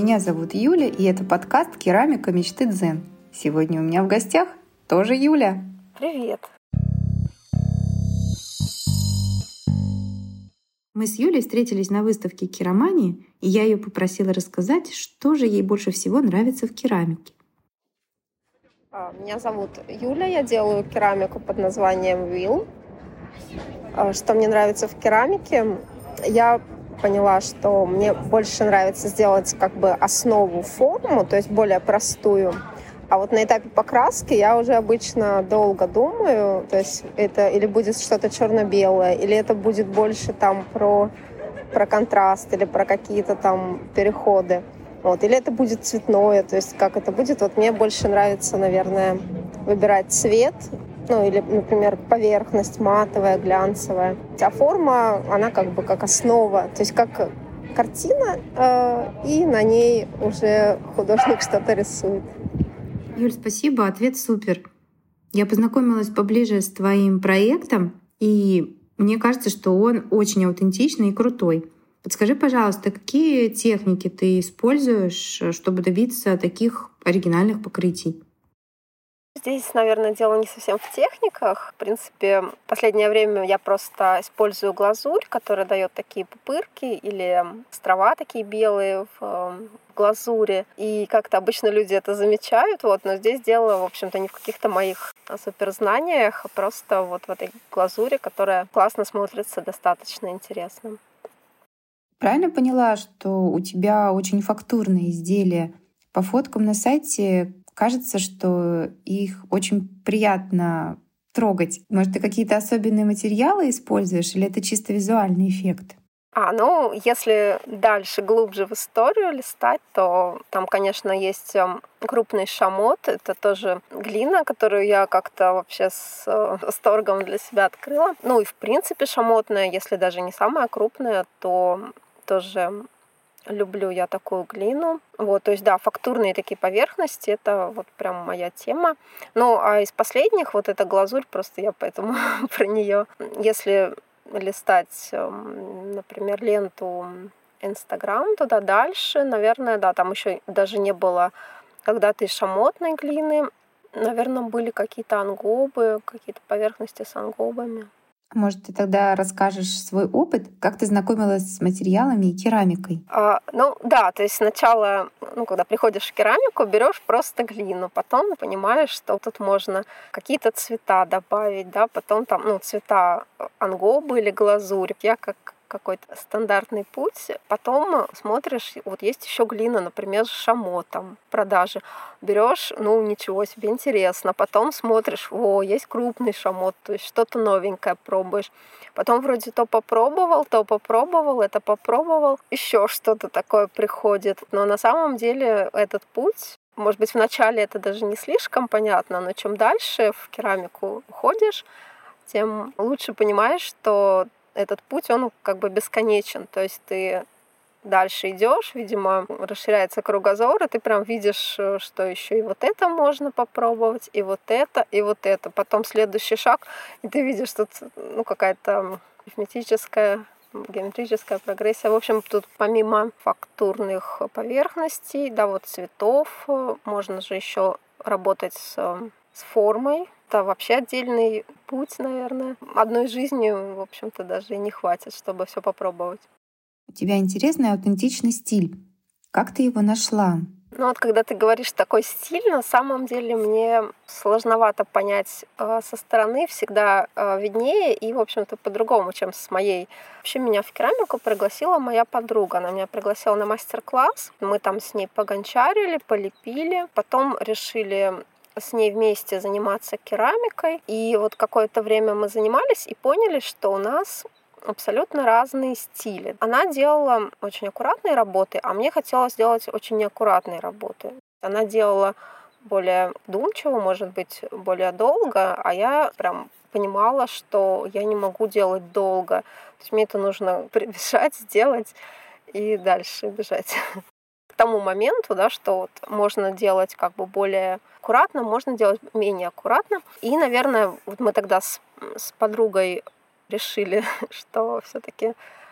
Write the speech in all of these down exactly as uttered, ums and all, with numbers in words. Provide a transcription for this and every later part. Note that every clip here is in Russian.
Меня зовут Юля, и это подкаст «Керамика мечты Дзен». Сегодня у меня в гостях тоже Юля. Привет! Мы с Юлей встретились на выставке керамании, и я ее попросила рассказать, что же ей больше всего нравится в керамике. Меня зовут Юля, я делаю керамику под названием Wheel. Что мне нравится в керамике? Я поняла, что мне больше нравится сделать как бы основу, форму, то есть более простую. А вот на этапе покраски я уже обычно долго думаю, то есть это или будет что-то черно-белое, или это будет больше там про, про контраст, или про какие-то там переходы. Вот, или это будет цветное, то есть как это будет. Вот мне больше нравится, наверное, выбирать цвет, ну или, например, поверхность матовая, глянцевая. А форма, она как бы как основа, то есть как картина, э, и на ней уже художник что-то рисует. Юль, спасибо, ответ супер. Я познакомилась поближе с твоим проектом, и мне кажется, что он очень аутентичный и крутой. Подскажи, пожалуйста, какие техники ты используешь, чтобы добиться таких оригинальных покрытий? Здесь, наверное, дело не совсем в техниках. В принципе, в последнее время я просто использую глазурь, которая дает такие пупырки или острова такие белые в глазури. И как-то обычно люди это замечают, вот, но здесь дело, в общем-то, не в каких-то моих суперзнаниях, а просто вот в этой глазури, которая классно смотрится, достаточно интересно. Правильно поняла, что у тебя очень фактурные изделия? По фоткам на сайте кажется, что их очень приятно трогать. Может, ты какие-то особенные материалы используешь, или это чисто визуальный эффект? А, ну, если дальше, глубже в историю листать, то там, конечно, есть крупный шамот. Это тоже глина, которую я как-то вообще с восторгом для себя открыла. Ну и, в принципе, шамотная, если даже не самая крупная, то тоже люблю я такую глину. Вот, то есть, да, фактурные такие поверхности — это вот прям моя тема. Ну, а из последних вот эта глазурь, просто я поэтому про нее. Если листать, например, ленту Инстаграм, туда дальше, наверное, да, там еще даже не было когда-то и шамотной глины. Наверное, были какие-то ангобы, какие-то поверхности с ангобами. Может, ты тогда расскажешь свой опыт, как ты знакомилась с материалами и керамикой? А, ну да, то есть сначала, ну, когда приходишь в керамику, берешь просто глину, потом понимаешь, что тут можно какие-то цвета добавить, да, потом там, ну, цвета ангобы или глазурь. Я как какой-то стандартный путь. Потом смотришь, вот есть еще глина, например, с шамотом в продаже. Берешь, ну, ничего себе, интересно. Потом смотришь, о, есть крупный шамот, то есть что-то новенькое пробуешь. Потом вроде то попробовал, то попробовал, это попробовал, еще что-то такое приходит. Но на самом деле этот путь, может быть, вначале это даже не слишком понятно, но чем дальше в керамику уходишь, тем лучше понимаешь, что этот путь, он как бы бесконечен. То есть ты дальше идешь, видимо, расширяется кругозор, и ты прям видишь, что еще и вот это можно попробовать, и вот это, и вот это. Потом следующий шаг, и ты видишь тут, ну, какая-то арифметическая, геометрическая прогрессия. В общем, тут помимо фактурных поверхностей, да, вот цветов, можно же еще работать с, с формой. Это вообще отдельный путь, наверное. Одной жизни, в общем-то, даже и не хватит, чтобы все попробовать. У тебя интересный аутентичный стиль. Как ты его нашла? Ну вот когда ты говоришь такой стиль, на самом деле мне сложновато понять э, со стороны, всегда э, виднее и, в общем-то, по-другому, чем с моей. Вообще меня в керамику пригласила моя подруга. Она меня пригласила на мастер-класс. Мы там с ней погончарили, полепили. Потом решили с ней вместе заниматься керамикой. И вот какое-то время мы занимались и поняли, что у нас абсолютно разные стили. Она делала очень аккуратные работы, а мне хотелось делать очень неаккуратные работы. Она делала более вдумчиво, может быть, более долго, а я прям понимала, что я не могу делать долго. То есть мне это нужно прибежать, сделать и дальше бежать. К тому моменту, да, что вот можно делать как бы более аккуратно, можно делать менее аккуратно. И, наверное, вот мы тогда с, с подругой решили, что все-таки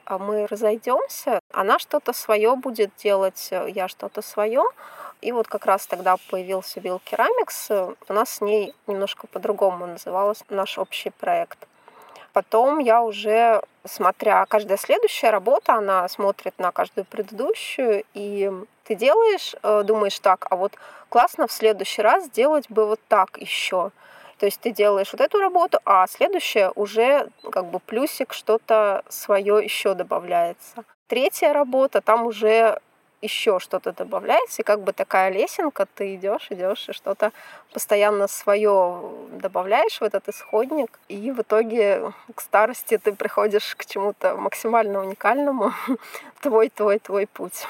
а мы разойдемся, она что-то свое будет делать, я что-то свое. И вот как раз тогда появился Will Ceramics. У нас с ней немножко по-другому назывался наш общий проект. Потом я уже, смотря каждая следующая работа, она смотрит на каждую предыдущую, и ты делаешь, думаешь так, а вот классно в следующий раз делать бы вот так еще. То есть ты делаешь вот эту работу, а следующая уже как бы плюсик, что-то свое еще добавляется. Третья работа, там уже еще что-то добавляется, и как бы такая лесенка, ты идешь, идешь, и что-то постоянно свое добавляешь в этот исходник, и в итоге к старости ты приходишь к чему-то максимально уникальному. Твой, твой, твой путь.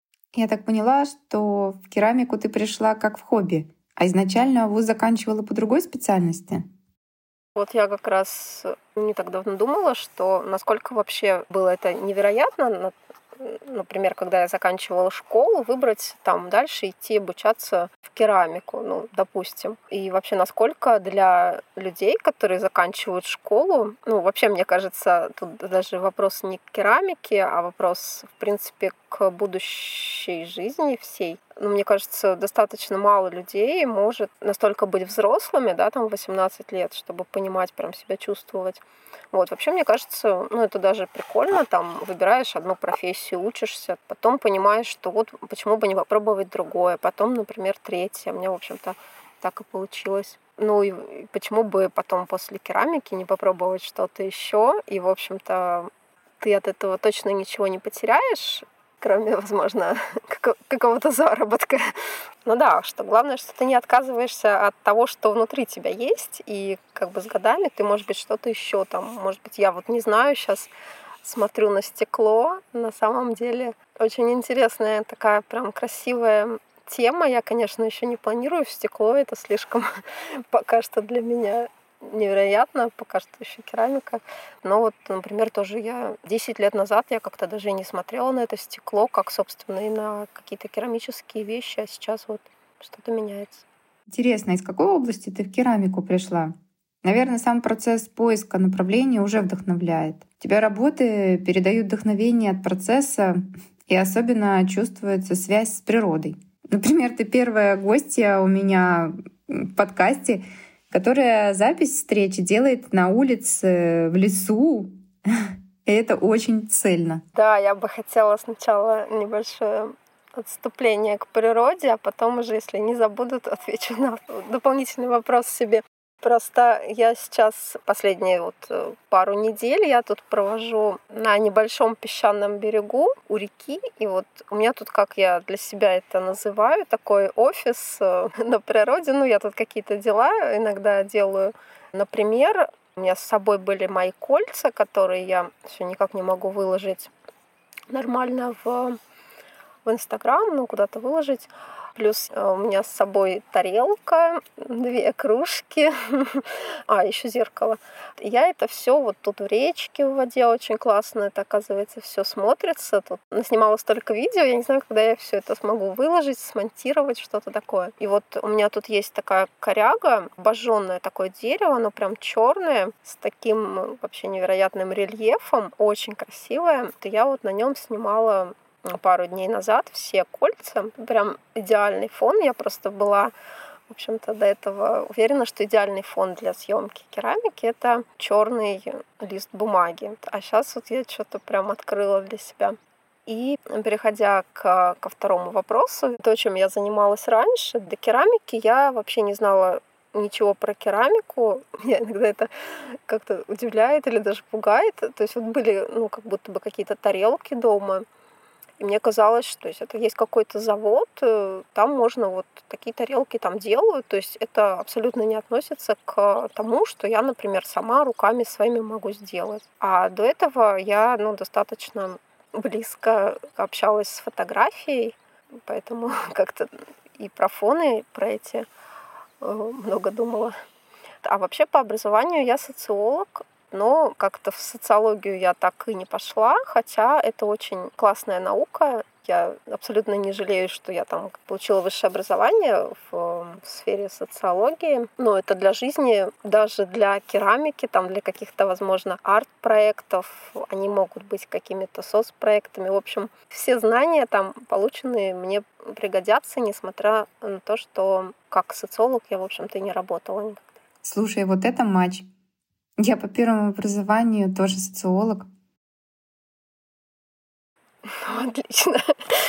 Я так поняла, что в керамику ты пришла как в хобби, а изначально вуз заканчивала по другой специальности? Вот я как раз не так давно думала, что насколько вообще было это невероятно, например, когда я заканчивала школу, выбрать там дальше идти обучаться в керамику, ну, допустим. И вообще, насколько для людей, которые заканчивают школу, ну, вообще, мне кажется, тут даже вопрос не к керамике, а вопрос, в принципе, к будущей жизни всей. Ну, мне кажется, достаточно мало людей может настолько быть взрослыми, да, там, восемнадцать лет, чтобы понимать, прям себя чувствовать. Вот, вообще, мне кажется, ну, это даже прикольно, там, выбираешь одну профессию, учишься, потом понимаешь, что вот почему бы не попробовать другое, потом, например, третье. У меня, в общем-то, так и получилось. Ну, и почему бы потом после керамики не попробовать что-то еще, и, в общем-то, ты от этого точно ничего не потеряешь, кроме, возможно, какого-то заработка. Ну да, что главное, что ты не отказываешься от того, что внутри тебя есть, и как бы с годами ты, может быть, что-то еще там, может быть, я вот не знаю, сейчас смотрю на стекло, на самом деле очень интересная такая прям красивая тема. Я, конечно, еще не планирую в стекло, это слишком пока что для меня невероятно, пока что еще керамика. Но вот, например, тоже я десять лет назад я как-то даже и не смотрела на это стекло, как, собственно, и на какие-то керамические вещи, а сейчас вот что-то меняется. Интересно, из какой области ты в керамику пришла? Наверное, сам процесс поиска направления уже вдохновляет. У тебя работы передают вдохновение от процесса, и особенно чувствуется связь с природой. Например, ты первая гостья у меня в подкасте, которая запись встречи делает на улице, в лесу. И это очень цельно. Да, я бы хотела сначала небольшое отступление к природе, а потом уже, если не забуду, то отвечу на дополнительный вопрос себе. Просто я сейчас последние вот пару недель я тут провожу на небольшом песчаном берегу у реки. И вот у меня тут, как я для себя это называю, такой офис на природе. Ну, я тут какие-то дела иногда делаю. Например, у меня с собой были мои кольца, которые я все никак не могу выложить нормально в, в Инстаграм, ну, куда-то выложить. Плюс у меня с собой тарелка, две кружки, а еще зеркало. Я это все вот тут в речке в воде очень классно, это оказывается все смотрится. Тут наснимала столько видео, я не знаю, когда я все это смогу выложить, смонтировать, что-то такое. И вот у меня тут есть такая коряга, обожженное такое дерево, оно прям черное, с таким вообще невероятным рельефом, очень красивое. И я вот на нем снимала пару дней назад все кольца. Прям идеальный фон. Я просто была, в общем-то, до этого уверена, что идеальный фон для съемки керамики — это черный лист бумаги. А сейчас вот я что-то прям открыла для себя. И переходя к, ко второму вопросу, то, чем я занималась раньше, до керамики я вообще не знала ничего про керамику. Меня иногда это как-то удивляет или даже пугает. То есть вот были, ну, как будто бы какие-то тарелки дома. И мне казалось, что то есть это есть какой-то завод, там можно вот такие тарелки там делают. То есть это абсолютно не относится к тому, что я, например, сама руками своими могу сделать. А до этого я, ну, достаточно близко общалась с фотографией, поэтому как-то и про фоны, и про эти много думала. А вообще по образованию я социолог. Но как-то в социологию я так и не пошла, хотя это очень классная наука. Я абсолютно не жалею, что я там получила высшее образование в, в сфере социологии. Но это для жизни, даже для керамики, там, для каких-то, возможно, арт-проектов, они могут быть какими-то соцпроектами. В общем, все знания там полученные мне пригодятся, несмотря на то, что как социолог я, в общем-то, и не работала никогда. Слушай, вот это матч. Я по первому образованию тоже социолог. Ну, отлично.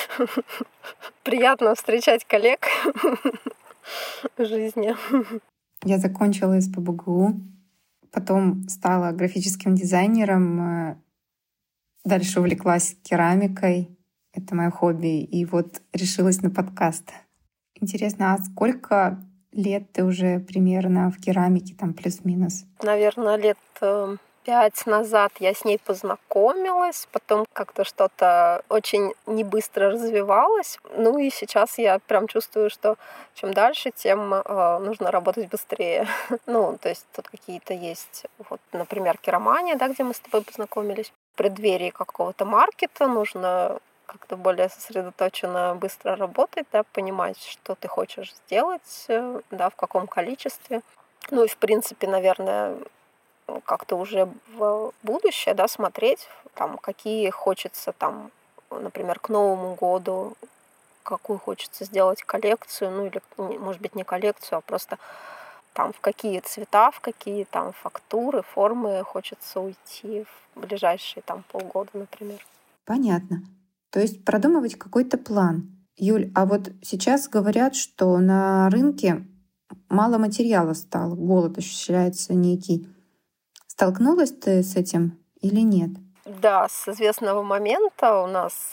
Приятно встречать коллег в жизни. Я закончила эс пэ бэ гэ у, потом стала графическим дизайнером, дальше увлеклась керамикой. Это мое хобби. И вот решилась на подкаст. Интересно, а сколько лет ты уже примерно в керамике, там плюс-минус? Наверное, лет пять назад я с ней познакомилась, потом как-то что-то очень не быстро развивалось. Ну и сейчас я прям чувствую, что чем дальше, тем э, нужно работать быстрее. Ну, то есть тут какие-то есть, вот, например, керамания, да, где мы с тобой познакомились. В преддверии какого-то маркета нужно как-то более сосредоточенно быстро работать, да, понимать, что ты хочешь сделать, да, в каком количестве. Ну и, в принципе, наверное, как-то уже в будущее, да, смотреть, там, какие хочется, там, например, к Новому году, какую хочется сделать коллекцию, ну или, может быть, не коллекцию, а просто там в какие цвета, в какие там фактуры, формы хочется уйти в ближайшие там полгода, например. Понятно. То есть продумывать какой-то план. Юль, а вот сейчас говорят, что на рынке мало материала стало, голод ощущается некий. Столкнулась ты с этим или нет? Да, с известного момента у нас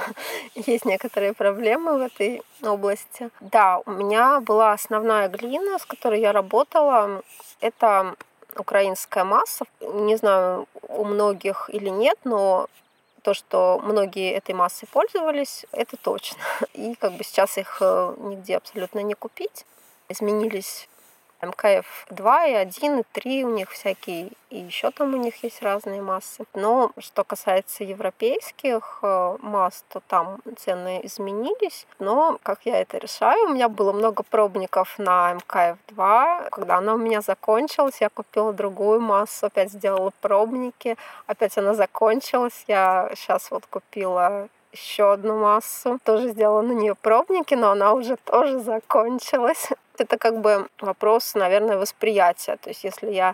есть некоторые проблемы в этой области. Да, у меня была основная глина, с которой я работала. Это украинская масса. Не знаю, у многих или нет, но то, что многие этой массой пользовались, это точно. И как бы сейчас их нигде абсолютно не купить. Изменились эм ка эф два и один, и три у них всякие, и еще там у них есть разные массы. Но что касается европейских масс, то там цены изменились. Но как я это решаю? У меня было много пробников на эм ка эф два. Когда она у меня закончилась, я купила другую массу, опять сделала пробники. Опять она закончилась. Я сейчас вот купила еще одну массу. Тоже сделала на нее пробники, но она уже тоже закончилась. Это как бы вопрос, наверное, восприятия. То есть если я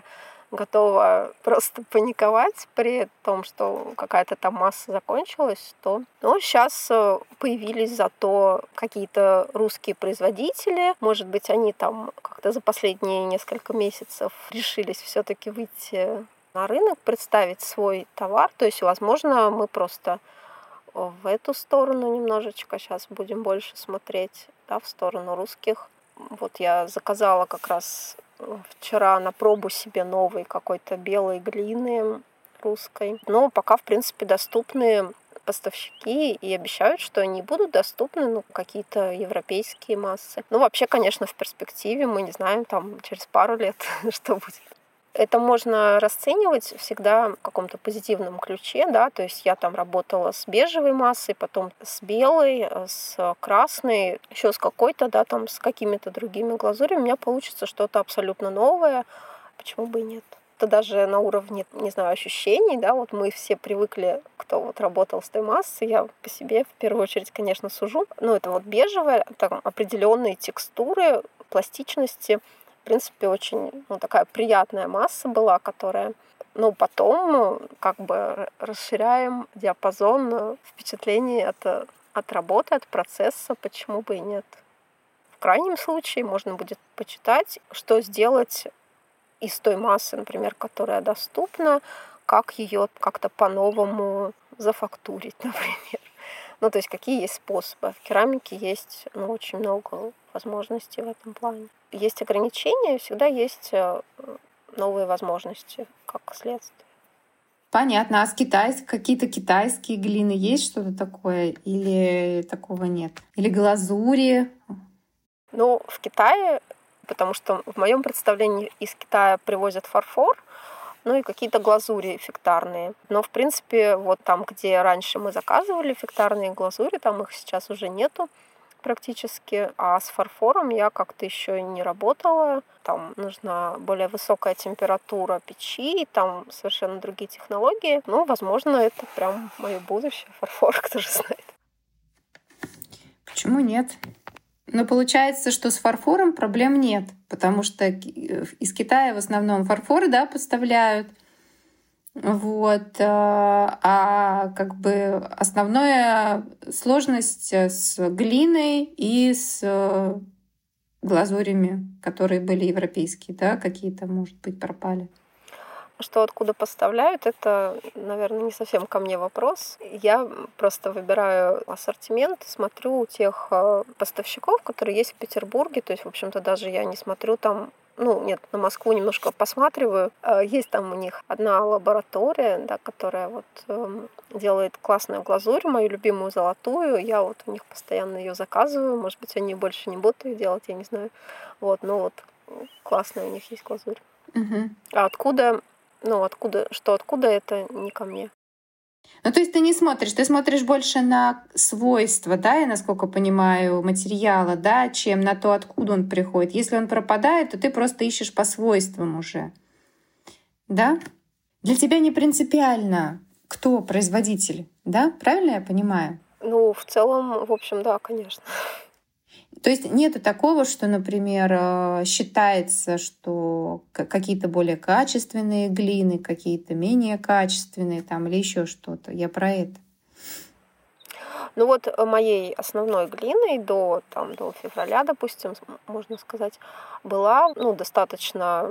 готова просто паниковать при том, что какая-то там масса закончилась, то ну, сейчас появились зато какие-то русские производители. Может быть, они там как-то за последние несколько месяцев решились все-таки выйти на рынок, представить свой товар. То есть, возможно, мы просто в эту сторону немножечко сейчас будем больше смотреть, да, в сторону русских. Вот я заказала как раз вчера на пробу себе новой какой-то белой глины русской. Но пока, в принципе, доступны поставщики и обещают, что они будут доступны, ну, какие-то европейские массы. Ну, вообще, конечно, в перспективе мы не знаем, там, через пару лет, что будет. Это можно расценивать всегда в каком-то позитивном ключе, да, то есть я там работала с бежевой массой, потом с белой, с красной, еще с какой-то, да, там с какими-то другими глазурями, у меня получится что-то абсолютно новое, почему бы и нет. Это даже на уровне, не знаю, ощущений, да, вот мы все привыкли, кто вот работал с той массой, я по себе в первую очередь, конечно, сужу, но это вот бежевая, там определенные текстуры, пластичности. В принципе, очень ну, такая приятная масса была, которая... Ну, потом как бы расширяем диапазон впечатлений от, от работы, от процесса, почему бы и нет. В крайнем случае можно будет почитать, что сделать из той массы, например, которая доступна, как ее как-то по-новому зафактурить, например. Ну, то есть какие есть способы. В керамике есть ну, очень много возможностей в этом плане. Есть ограничения, всегда есть новые возможности, как следствие. Понятно. А с китайской какие-то китайские глины есть что-то такое? Или такого нет? Или глазури? Ну, в Китае, потому что в моем представлении из Китая привозят фарфор, ну и какие-то глазури эффектарные. Но, в принципе, вот там, где раньше мы заказывали эффектарные глазури, там их сейчас уже нету практически. А с фарфором я как-то еще не работала. Там нужна более высокая температура печи, там совершенно другие технологии. Ну, возможно, это прям мое будущее. Фарфор, кто же знает. Почему нет? Но получается, что с фарфором проблем нет, потому что из Китая в основном фарфор, да, поставляют. Вот. А как бы основная сложность с глиной и с глазурями, которые были европейские, да, какие-то, может быть, пропали. Что откуда поставляют, это, наверное, не совсем ко мне вопрос. Я просто выбираю ассортимент, смотрю у тех поставщиков, которые есть в Петербурге. То есть, в общем-то, даже я не смотрю там, ну, нет, на Москву немножко посматриваю. Есть там у них одна лаборатория, да, которая вот э, делает классную глазурь, мою любимую золотую. Я вот у них постоянно ее заказываю. Может быть, они больше не будут ее делать, я не знаю. Вот, ну вот, классная у них есть глазурь. Угу. А откуда... Ну, откуда, что откуда, это не ко мне. Ну, то есть ты не смотришь, ты смотришь больше на свойства, да, я насколько понимаю, материала, да, чем на то, откуда он приходит. Если он пропадает, то ты просто ищешь по свойствам уже. Да? Для тебя не принципиально, кто производитель, да? Правильно я понимаю? Ну, в целом, в общем, да, конечно. То есть нету такого, что, например, считается, что какие-то более качественные глины, какие-то менее качественные там, или еще что-то. Я про это. Ну вот моей основной глиной до, там, до февраля, допустим, можно сказать, была ну, достаточно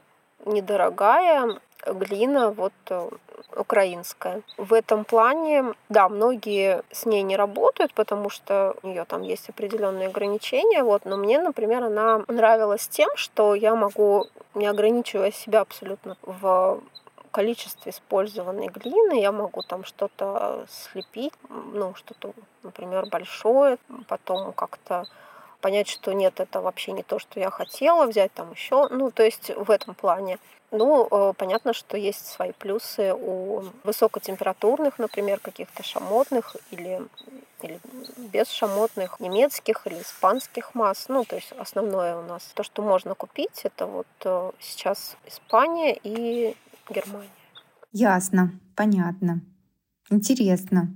недорогая глина вот украинская. В этом плане, да, многие с ней не работают, потому что у нее там есть определенные ограничения. Вот, но мне, например, она нравилась тем, что я могу, не ограничивая себя абсолютно в количестве использованной глины, я могу там что-то слепить, ну, что-то, например, большое, потом как-то понять, что нет, это вообще не то, что я хотела, взять там еще, ну, то есть в этом плане. Ну, понятно, что есть свои плюсы у высокотемпературных, например, каких-то шамотных или, или бесшамотных немецких или испанских масс. Ну, то есть основное у нас то, что можно купить, это вот сейчас Испания и Германия. Ясно, понятно. Интересно.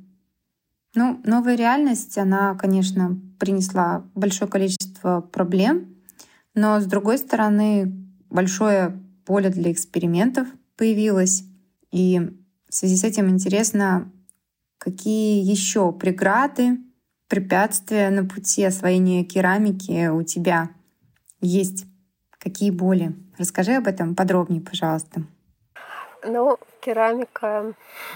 Ну, новая реальность, она, конечно, принесла большое количество проблем, но, с другой стороны, большое поле для экспериментов появилось. И в связи с этим интересно, какие еще преграды, препятствия на пути освоения керамики у тебя есть? Какие боли? Расскажи об этом подробнее, пожалуйста. Ну, керамика,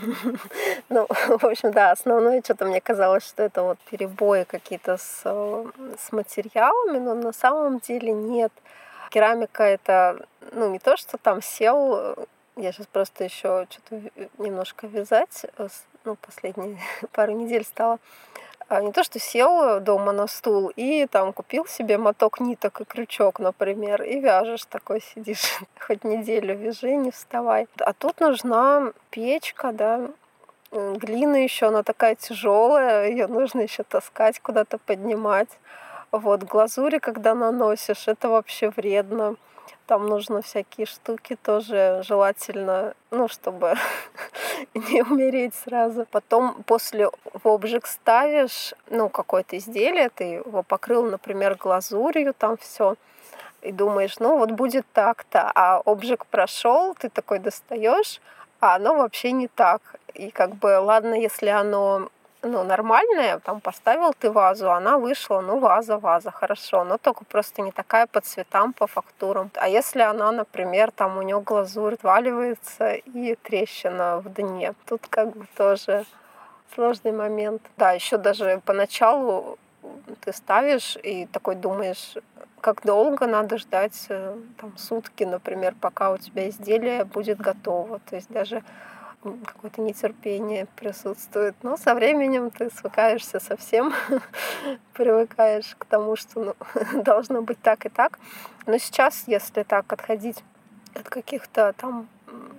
ну, в общем, да, основное, что-то мне казалось, что это вот перебои какие-то с, с материалами, но на самом деле нет. Керамика — это, ну, не то, что там сел, я сейчас просто еще что-то немножко вязать, ну, последние пару недель стала. Не то, что сел дома на стул и там купил себе моток ниток и крючок, например, и вяжешь, такой сидишь, хоть неделю вяжи, не вставай. А тут нужна печка, да, глина еще, она такая тяжелая, ее нужно еще таскать, куда-то поднимать. Вот, глазури, когда наносишь, это вообще вредно. Там нужно всякие штуки тоже желательно, ну, чтобы не умереть сразу. Потом после в обжиг ставишь, ну, какое-то изделие, ты его покрыл, например, глазурью, там все, и думаешь, ну, вот будет так-то. А обжиг прошел, ты такой достаешь, а оно вообще не так. И как бы, ладно, если оно ну, нормальная, там поставил ты вазу, она вышла, ну, ваза, ваза, хорошо, но только просто не такая по цветам, по фактурам. А если она, например, там у нее глазурь отваливается и трещина в дне, тут как бы тоже сложный момент. Да, еще даже поначалу ты ставишь и такой думаешь, как долго надо ждать, там, сутки, например, пока у тебя изделие будет готово. То есть даже какое-то нетерпение присутствует. Но со временем ты свыкаешься со всем, привыкаешь к тому, что ну, должно быть так и так. Но сейчас, если так отходить от каких-то там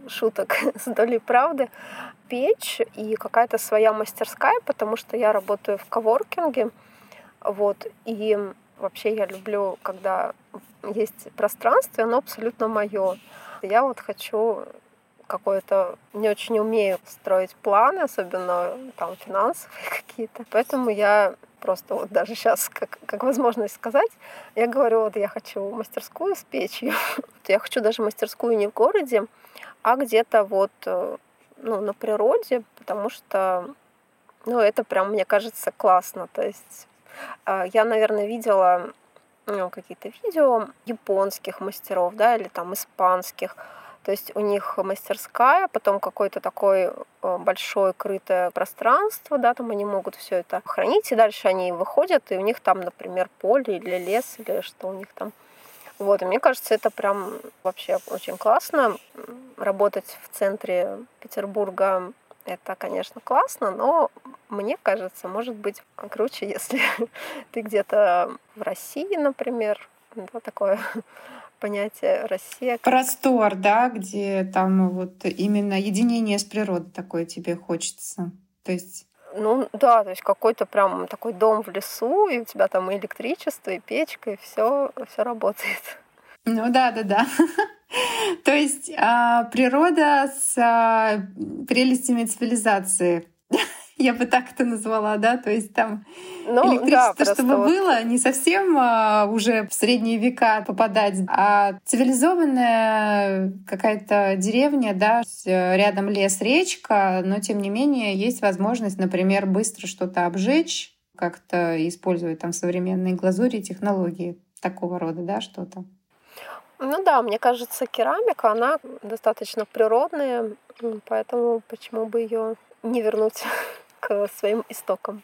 шуток с долей правды. Печь и какая-то своя мастерская, потому что я работаю в коворкинге. Вот, и вообще я люблю, когда есть пространство, и оно абсолютно мое. Я вот хочу какое-то... Не очень умею строить планы, особенно там финансовые какие-то. Поэтому я просто вот даже сейчас, как, как возможность сказать, я говорю, вот я хочу мастерскую с печью. Я хочу даже мастерскую не в городе, а где-то вот ну, на природе, потому что ну, это прям, мне кажется, классно. То есть я, наверное, видела ну, какие-то видео японских мастеров, да, или там испанских. То есть у них мастерская, потом какое-то такое большое крытое пространство, да, там они могут все это хранить, и дальше они выходят, и у них там, например, поле или лес, или что у них там. Вот, и мне кажется, это прям вообще очень классно. Работать в центре Петербурга — это, конечно, классно, но мне кажется, может быть круче, если ты где-то в России, например, да, такое понятие Россия. Простор, да, где там вот именно единение с природой такое тебе хочется. То есть Ну да, то есть какой-то прям такой дом в лесу, и у тебя там и электричество, и печка, и все, все работает. Ну да, да, да. То есть а, природа с а, прелестями цивилизации. Я бы так это назвала, да? То есть там ну, электричество, да, чтобы вот... было, не совсем а, уже в средние века попадать, а цивилизованная какая-то деревня, да, рядом лес, речка, но тем не менее есть возможность, например, быстро что-то обжечь, как-то использовать там современные глазури, технологии такого рода, да, что-то. Ну да, мне кажется, керамика, она достаточно природная, поэтому почему бы ее не вернуть к своим истокам.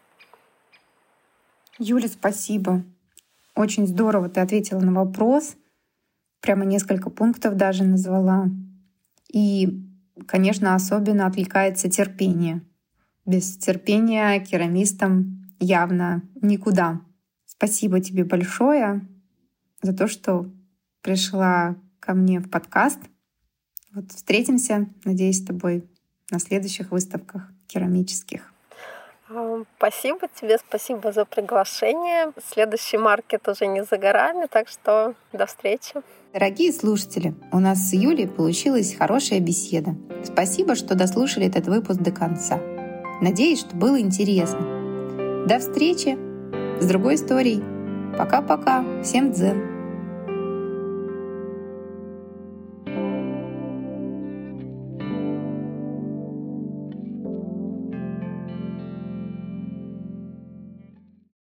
Юля, спасибо. Очень здорово ты ответила на вопрос. Прямо несколько пунктов даже назвала. И, конечно, особенно откликается терпение. Без терпения керамистам явно никуда. Спасибо тебе большое за то, что пришла ко мне в подкаст. Вот встретимся, надеюсь, с тобой на следующих выставках керамических. Спасибо тебе, спасибо за приглашение. Следующий маркет уже не за горами, так что до встречи. Дорогие слушатели, у нас с Юлей получилась хорошая беседа. Спасибо, что дослушали этот выпуск до конца. Надеюсь, что было интересно. До встречи с другой историей. Пока-пока. Всем дзен.